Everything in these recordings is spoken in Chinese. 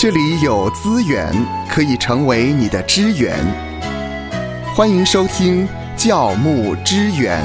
这里有资源可以成为你的支援。欢迎收听教牧支援。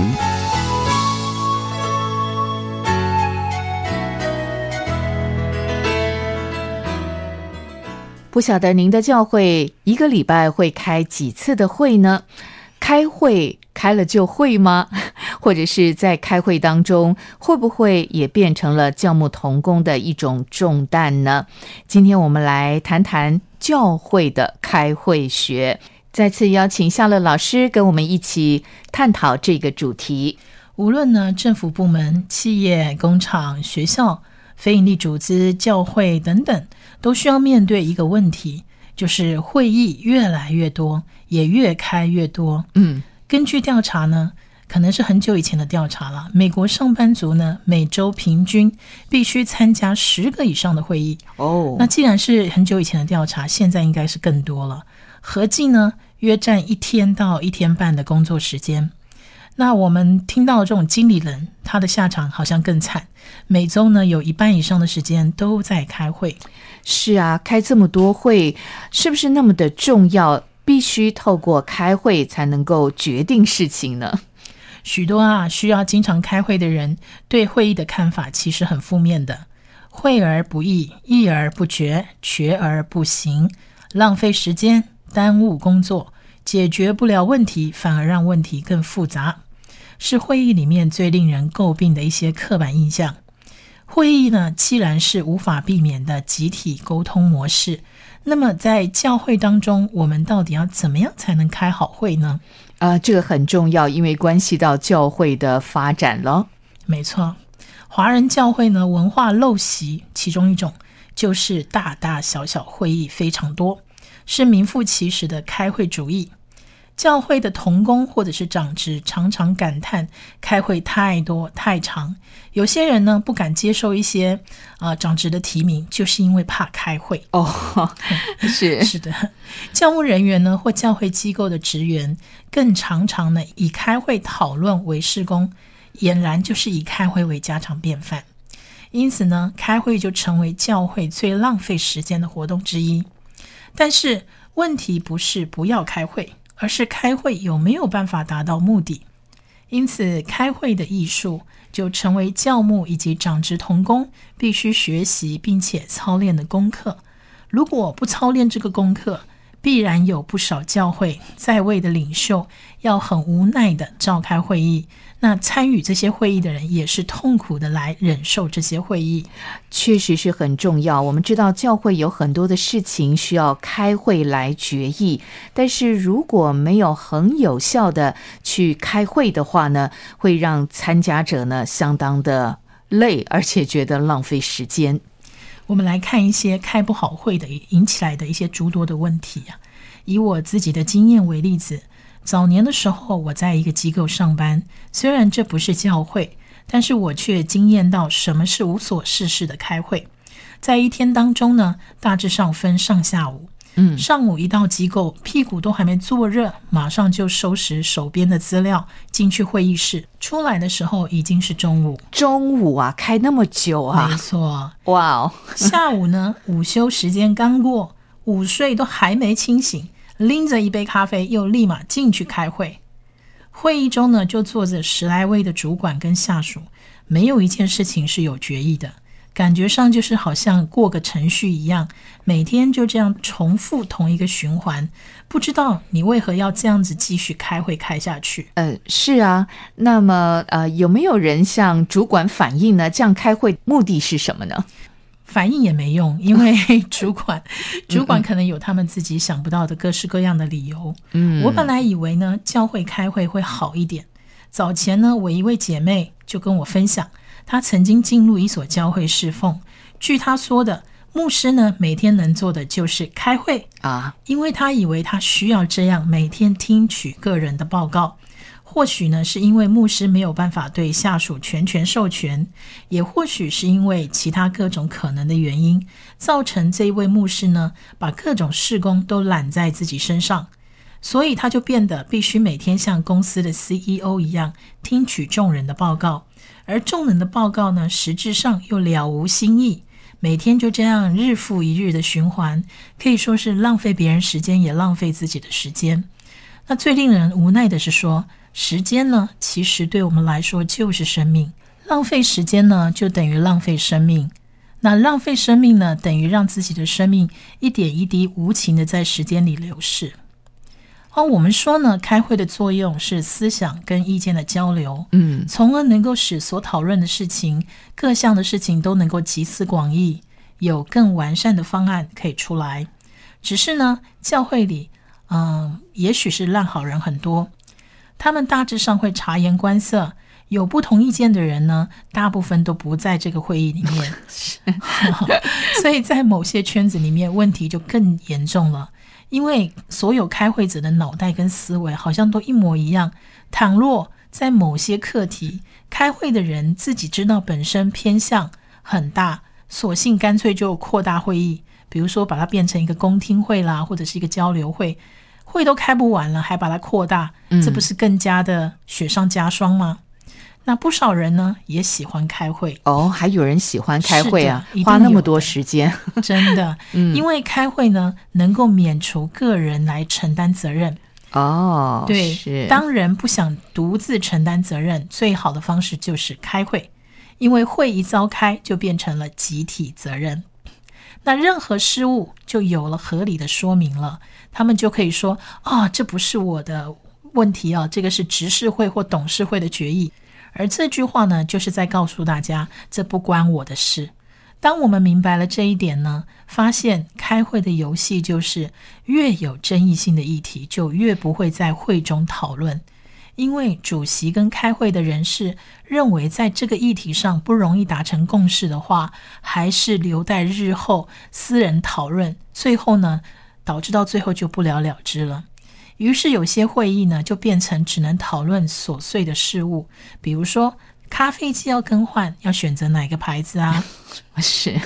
不晓得您的教会一个礼拜会开几次的会呢？开会开了就会吗？或者是在开会当中，会不会也变成了教牧同工的一种重担呢？今天我们来谈谈教会的开会学，再次邀请夏乐老师跟我们一起探讨这个主题。 无论呢政府部门、企业、工厂、学校、非营利组织、教会等等，都需要面对一个问题，就是会议越来越多，也越开越多。根据调查呢，可能是很久以前的调查了，美国上班族呢每周平均必须参加10个以上的会议。那既然是很久以前的调查，现在应该是更多了，合计呢约占1天到1天半的工作时间。那我们听到这种经理人，他的下场好像更惨，每周呢有1半以上的时间都在开会。 是啊，开这么多会是不是那么的重要，必须透过开会才能够决定事情呢？ 许多需要经常开会的人对会议的看法其实很负面的，会而不议，议而不决，决而不行，浪费时间，耽误工作，解决不了问题，反而让问题更复杂，是会议里面最令人诟病的一些刻板印象。会议呢，既然是无法避免的集体沟通模式，那么在教会当中，我们到底要怎么样才能开好会呢？ 这个很重要，因为关系到教会的发展了。 没错，华人教会呢，文化陋习其中一种就是大大小小会议非常多，是名副其实的开会主义。教会的同工或者是长职常常感叹开会太多太长，有些人呢不敢接受一些长职的提名，就是因为怕开会。是的，教务人员呢或教会机构的职员更常常呢以开会讨论为事工，俨然就是以开会为家常便饭。因此呢，开会就成为教会最浪费时间的活动之一。但是问题不是不要开会，而是开会有没有办法达到目的。因此开会的艺术就成为教牧以及长职同工必须学习并且操练的功课。如果不操练这个功课，必然有不少教会在位的领袖要很无奈的召开会议，那参与这些会议的人也是痛苦的来忍受这些会议。 确实是很重要，我们知道教会有很多的事情需要开会来决议，但是如果没有很有效的去开会的话呢，会让参加者呢相当的累，而且觉得浪费时间。 我们来看一些开不好会的引起来的一些诸多的问题以我自己的经验为例子，早年的时候我在一个机构上班，虽然这不是教会，但是我却经验到什么是无所事事的开会。在一天当中呢，大致上分上下午。上午一到机构，屁股都还没坐热，马上就收拾手边的资料进去会议室，出来的时候已经是中午。 中午开那么久啊？ 没错。 哇下午呢，午休时间刚过，午睡都还没清醒，拎着一杯咖啡又立马进去开会。会议中呢，就坐着10来位的主管跟下属，没有一件事情是有决议的，感觉上就是好像过个程序一样，每天就这样重复同一个循环，不知道你为何要这样子继续开会开下去。 是啊，那么有没有人向主管反映呢？这样开会目的是什么呢？ 反映也没用，因为主管可能有他们自己想不到的各式各样的理由。我本来以为呢，教会开会会好一点。早前呢，我一位姐妹就跟我分享，她曾经进入一所教会侍奉，据她说的，牧师呢每天能做的就是开会因为她以为她需要这样每天听取个人的报告。或许呢是因为牧师没有办法对下属全权授权，也或许是因为其他各种可能的原因，造成这一位牧师呢把各种事工都揽在自己身上，所以他就变得必须每天像公司的 CEO 一样听取众人的报告，而众人的报告呢实质上又了无新意， 每天就这样日复一日的循环，可以说是浪费别人时间，也浪费自己的时间。那最令人无奈的是说，时间呢，其实对我们来说就是生命，浪费时间呢，就等于浪费生命。那浪费生命呢，等于让自己的生命一点一滴无情的在时间里流逝。我们说呢，开会的作用是思想跟意见的交流，从而能够使所讨论的事情，各项的事情都能够集思广益，有更完善的方案可以出来。只是呢，教会里也许是烂好人很多，他们大致上会察言观色，有不同意见的人呢，大部分都不在这个会议里面所以在某些圈子里面问题就更严重了，因为所有开会者的脑袋跟思维好像都一模一样。倘若在某些课题，开会的人自己知道本身偏向很大，索性干脆就扩大会议，比如说把它变成一个公听会啦，或者是一个交流会，会都开不完了还把它扩大，这不是更加的雪上加霜吗？那不少人呢也喜欢开会还有人喜欢开会啊， 花那么多时间真的因为开会呢能够免除个人来承担责任对， 是当人不想独自承担责任，最好的方式就是开会，因为会一召开就变成了集体责任。那任何事物就有了合理的说明了，他们就可以说这不是我的问题这个是执事会或董事会的决议。而这句话呢，就是在告诉大家，这不关我的事。当我们明白了这一点呢，发现开会的游戏就是越有争议性的议题，就越不会在会中讨论。因为主席跟开会的人士认为在这个议题上不容易达成共识的话，还是留待日后私人讨论，最后呢，导致到最后就不了了之了。于是有些会议呢，就变成只能讨论琐碎的事物，比如说咖啡机要更换，要选择哪个牌子啊？ 是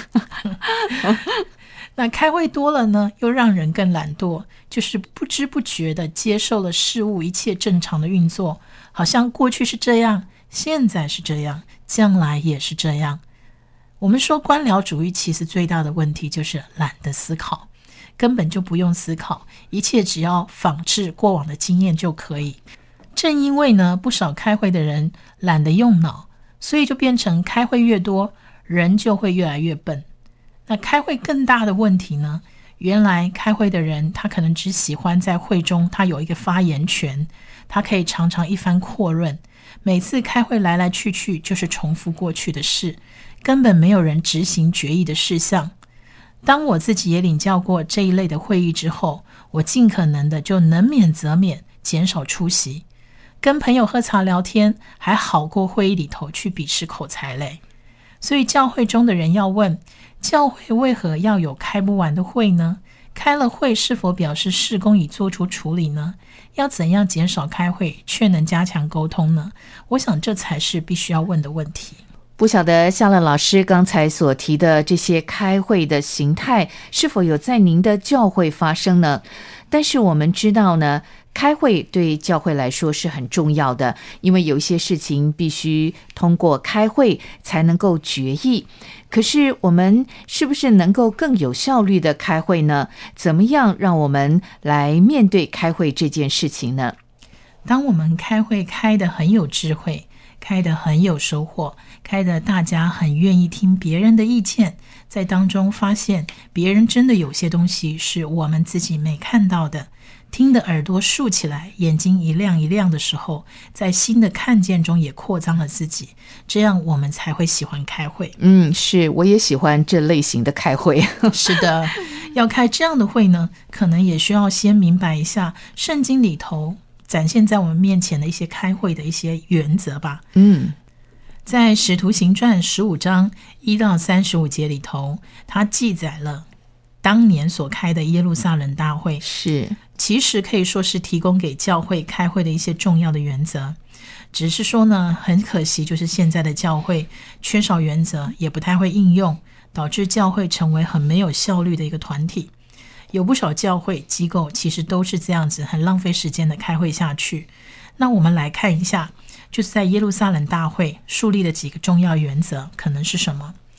那开会多了呢，又让人更懒惰，就是不知不觉的接受了事物一切正常的运作，好像过去是这样，现在是这样，将来也是这样。我们说官僚主义其实最大的问题就是懒得思考，根本就不用思考，一切只要仿制过往的经验就可以。正因为呢，不少开会的人懒得用脑，所以就变成开会越多，人就会越来越笨。那开会更大的问题呢，原来开会的人他可能只喜欢在会中他有一个发言权，他可以常常一番阔论，每次开会来来去去就是重复过去的事，根本没有人执行决议的事项。当我自己也领教过这一类的会议之后，我尽可能的就能免则免，减少出席。跟朋友喝茶聊天还好过会议里头去比试口才嘞。所以教会中的人要问，教会为何要有开不完的会呢？开了会是否表示事工已做出处理呢？要怎样减少开会却能加强沟通呢？我想这才是必须要问的问题。 不晓得夏乐老师刚才所提的这些开会的形态是否有在您的教会发生呢？但是我们知道呢，开会对教会来说是很重要的，因为有一些事情必须通过开会才能够决议。可是我们是不是能够更有效率的开会呢？怎么样让我们来面对开会这件事情呢？ 当我们开会开得很有智慧，开得很有收获，开得大家很愿意听别人的意见，在当中发现别人真的有些东西是我们自己没看到的，听得耳朵竖起来，眼睛一亮一亮的时候，在新的看见中也扩张了自己，这样我们才会喜欢开会。 是，我也喜欢这类型的开会。 是的，要开这样的会呢，可能也需要先明白一下圣经里头展现在我们面前的一些开会的一些原则吧。在使徒行传15章1到35节里头，它记载了当年所开的耶路撒冷大会， 是其实可以说是提供给教会开会的一些重要的原则。只是说呢，很可惜就是现在的教会缺少原则，也不太会应用，导致教会成为很没有效率的一个团体。有不少教会机构其实都是这样子，很浪费时间的开会下去。那我们来看一下，就是在耶路撒冷大会树立的几个重要原则可能是什么。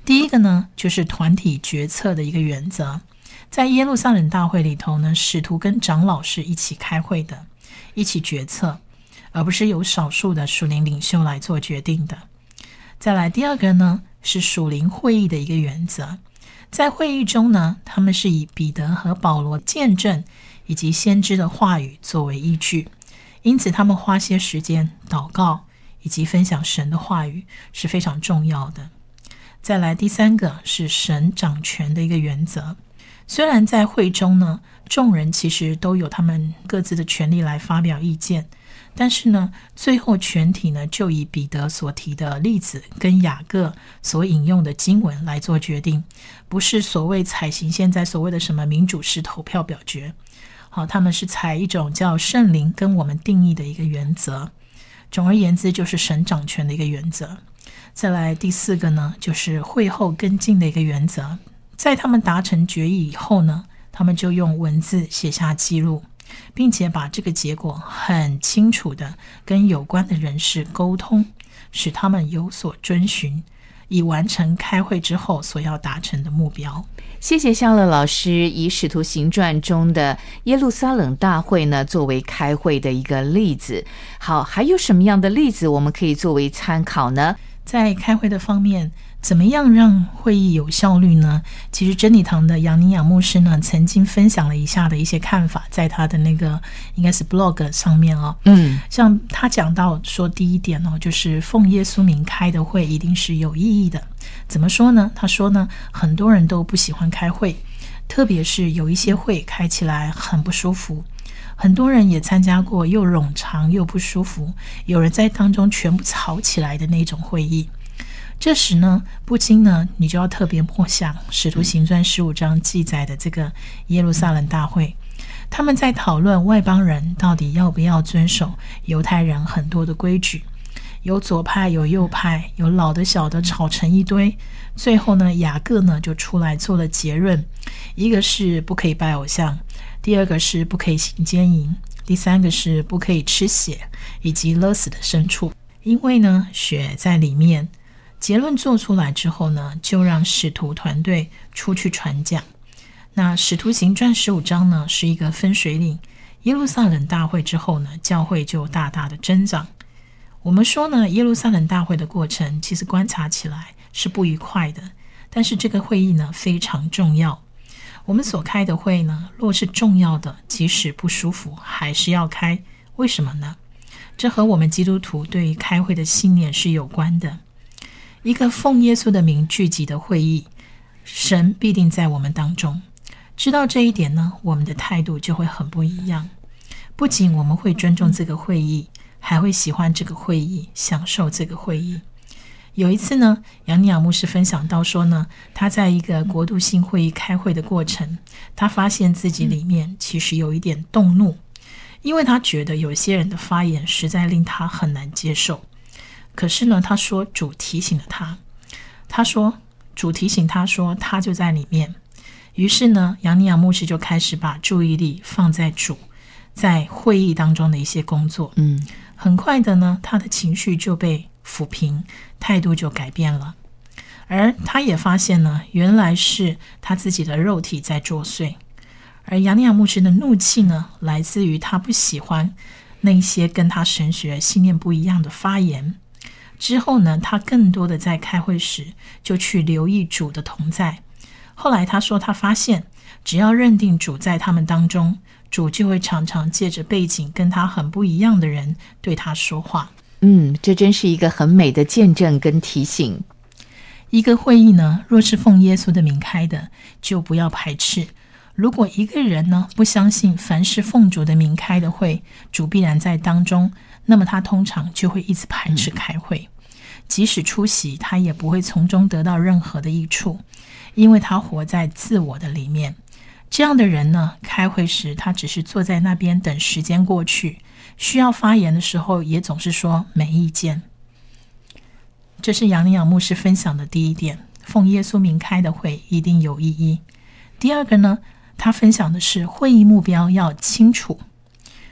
第一个呢，就是团体决策的一个原则。在耶路撒冷大会里头呢，使徒跟长老是一起开会的，一起决策，而不是由少数的属灵领袖来做决定的。再来第二个呢，是属灵会议的一个原则。在会议中呢，他们是以彼得和保罗见证以及先知的话语作为依据，因此他们花些时间祷告以及分享神的话语是非常重要的。再来第三个是神掌权的一个原则。虽然在会中呢，众人其实都有他们各自的权利来发表意见，但是呢，最后全体呢就以彼得所提的例子跟雅各所引用的经文来做决定，不是所谓采行现在所谓的什么民主式投票表决。好，他们是采一种叫圣灵跟我们定义的一个原则。总而言之，就是神掌权的一个原则。再来第四个呢，就是会后跟进的一个原则。在他们达成决议以后呢，他们就用文字写下记录，并且把这个结果很清楚的跟有关的人士沟通，使他们有所遵循，以完成开会之后所要达成的目标。 谢谢夏乐老师以使徒行传中的耶路撒冷大会呢作为开会的一个例子。好，还有什么样的例子我们可以作为参考呢？ 在开会的方面，怎么样让会议有效率呢？其实真理堂的杨尼亚牧师呢，曾经分享了以下的一些看法，在他的那个应该是 blog 上面哦。像他讲到说，第一点哦，就是奉耶稣名开的会一定是有意义的。怎么说呢？他说呢，很多人都不喜欢开会，特别是有一些会开起来很不舒服。很多人也参加过又冗长又不舒服，有人在当中全部吵起来的那种会议。这时呢，不禁呢，你就要特别默想使徒行传15章记载的这个耶路撒冷大会，他们在讨论外邦人到底要不要遵守犹太人很多的规矩，有左派有右派，有老的小的吵成一堆。最后呢，雅各呢就出来做了结论，一个是不可以拜偶像，第二个是不可以行奸淫，第三个是不可以吃血以及勒死的牲畜，因为呢血在里面。结论做出来之后呢，就让使徒团队出去传讲。那使徒行传15章呢，是一个分水岭。耶路撒冷大会之后呢，教会就大大的增长。我们说呢，耶路撒冷大会的过程其实观察起来是不愉快的，但是这个会议呢非常重要。我们所开的会呢，若是重要的，即使不舒服还是要开。为什么呢？这和我们基督徒对于开会的信念是有关的。一个奉耶稣的名聚集的会议，神必定在我们当中。知道这一点呢，我们的态度就会很不一样。不仅我们会尊重这个会议，还会喜欢这个会议，享受这个会议。有一次呢，杨尼亚牧师分享到说呢，他在一个国度性会议开会的过程，他发现自己里面其实有一点动怒，因为他觉得有些人的发言实在令他很难接受。可是呢，他说主提醒了他，主提醒他说他就在里面。于是呢，杨尼亚牧师就开始把注意力放在主在会议当中的一些工作。很快的呢，他的情绪就被抚平，态度就改变了。而他也发现呢，原来是他自己的肉体在作祟。而杨尼亚牧师的怒气呢，来自于他不喜欢那些跟他神学信念不一样的发言。之后呢，他更多的在开会时就去留意主的同在。后来他说，他发现只要认定主在他们当中，主就会常常借着背景跟他很不一样的人对他说话。 这真是一个很美的见证跟提醒。 一个会议呢，若是奉耶稣的名开的，就不要排斥。如果一个人呢不相信凡是奉主的名开的会，主必然在当中，那么他通常就会一直排斥开会。即使出席，他也不会从中得到任何的益处，因为他活在自我的里面。这样的人呢，开会时他只是坐在那边等时间过去，需要发言的时候也总是说没意见。这是杨尼亚牧师分享的第一点，奉耶稣名开的会一定有意义。第二个呢，他分享的是会议目标要清楚。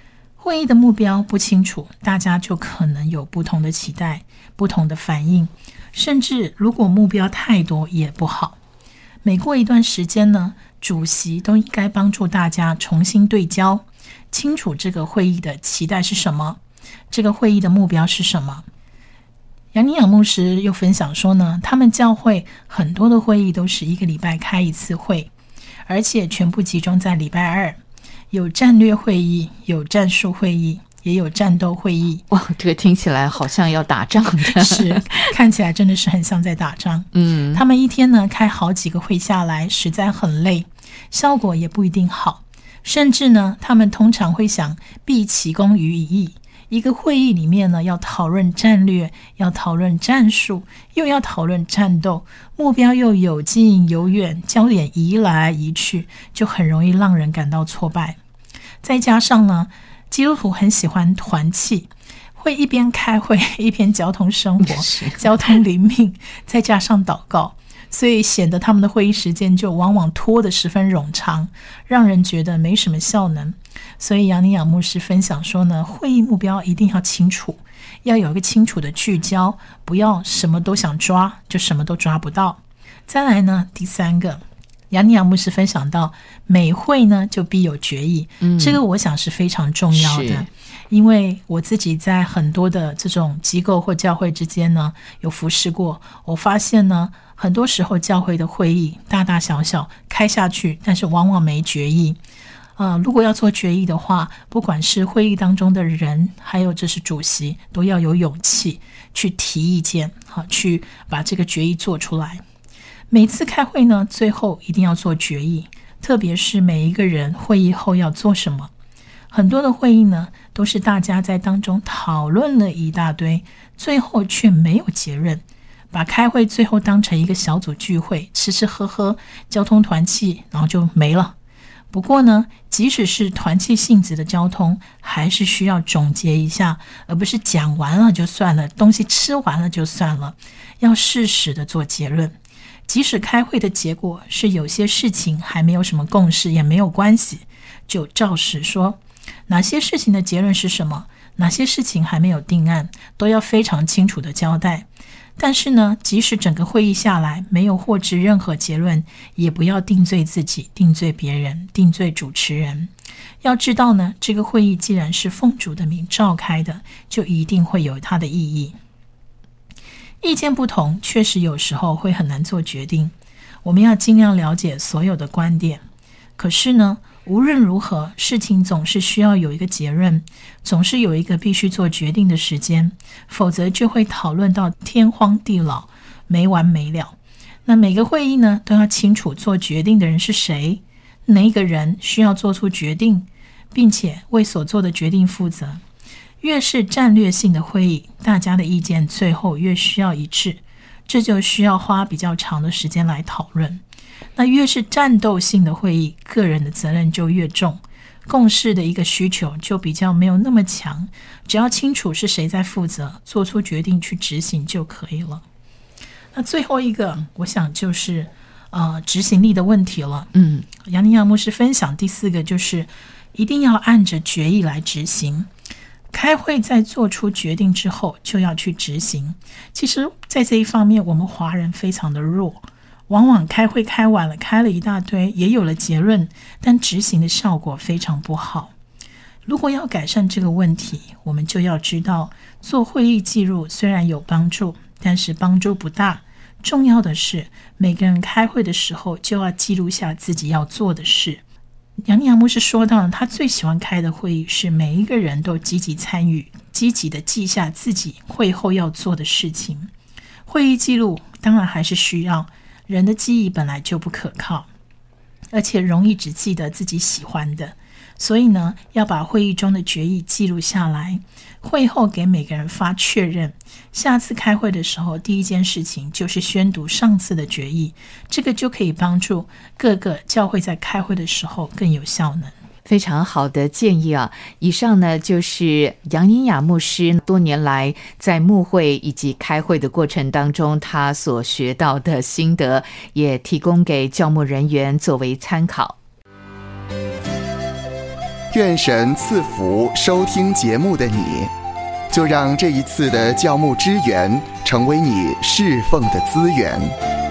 会议的目标不清楚，大家就可能有不同的期待、不同的反应，甚至如果目标太多也不好。每过一段时间呢，主席都应该帮助大家重新对焦，清楚这个会议的期待是什么，这个会议的目标是什么。杨宁雅牧师又分享说呢，他们教会很多的会议都是1个礼拜开一次会，而且全部集中在礼拜二，有战略会议，有战术会议，也有战斗会议。 哇，这个听起来好像要打仗的。 是，看起来真的是很像在打仗。他们一天呢开好几个会下来，实在很累，效果也不一定好。甚至呢，他们通常会想毕其功于一役。一个会议里面呢，要讨论战略，要讨论战术，又要讨论战斗，目标又有近有远，焦点移来移去，就很容易让人感到挫败。再加上呢，基督徒很喜欢团契，会一边开会一边交通生活，交通灵命，再加上祷告，所以显得他们的会议时间就往往拖得十分冗长，让人觉得没什么效能。所以杨宁雅牧师分享说呢，会议目标一定要清楚，要有一个清楚的聚焦，不要什么都想抓，就什么都抓不到。再来呢，第3个，杨宁雅牧师分享到，每会呢就必有决议，这个我想是非常重要的。因为我自己在很多的这种机构或教会之间呢有服侍过，我发现呢，很多时候教会的会议大大小小开下去，但是往往没决议。如果要做决议的话，不管是会议当中的人，还有这是主席，都要有勇气去提意见，去把这个决议做出来。每次开会呢，最后一定要做决议，特别是每一个人会议后要做什么。很多的会议呢，都是大家在当中讨论了一大堆，最后却没有结论，把开会最后当成一个小组聚会，吃吃喝喝，交通团契，然后就没了。不过呢，即使是团契性质的交通，还是需要总结一下，而不是讲完了就算了，东西吃完了就算了，要适时的做结论。即使开会的结果是有些事情还没有什么共识也没有关系，就照实说，哪些事情的结论是什么，哪些事情还没有定案，都要非常清楚的交代。但是呢，即使整个会议下来没有获知任何结论，也不要定罪自己，定罪别人，定罪主持人。要知道呢，这个会议既然是奉主的名召开的，就一定会有它的意义。意见不同，确实有时候会很难做决定，我们要尽量了解所有的观点。可是呢，无论如何，事情总是需要有一个结论，总是有一个必须做决定的时间，否则就会讨论到天荒地老，没完没了。那每个会议呢，都要清楚做决定的人是谁，哪一个人需要做出决定，并且为所做的决定负责。越是战略性的会议，大家的意见最后越需要一致，这就需要花比较长的时间来讨论。那越是战斗性的会议，个人的责任就越重，共识的一个需求就比较没有那么强，只要清楚是谁在负责，做出决定去执行就可以了。那最后一个，我想就是执行力的问题了。杨宁雅牧师分享第4个就是一定要按着决议来执行。开会在做出决定之后就要去执行。其实在这一方面我们华人非常的弱，往往开会开完了，开了一大堆，也有了结论，但执行的效果非常不好。如果要改善这个问题，我们就要知道，做会议记录虽然有帮助，但是帮助不大。重要的是，每个人开会的时候就要记录下自己要做的事。杨宁雅牧师说到，他最喜欢开的会议是每一个人都积极参与，积极的记下自己会后要做的事情。会议记录当然还是需要，人的记忆本来就不可靠，而且容易只记得自己喜欢的，所以呢，要把会议中的决议记录下来，会后给每个人发确认。下次开会的时候，第一件事情就是宣读上次的决议，这个就可以帮助各个教会在开会的时候更有效能。 非常好的建议啊！以上呢就是杨宁雅牧师多年来在牧会以及开会的过程当中他所学到的心得，也提供给教牧人员作为参考。 愿神赐福收听节目的你，就让这一次的教牧支援成为你侍奉的资源。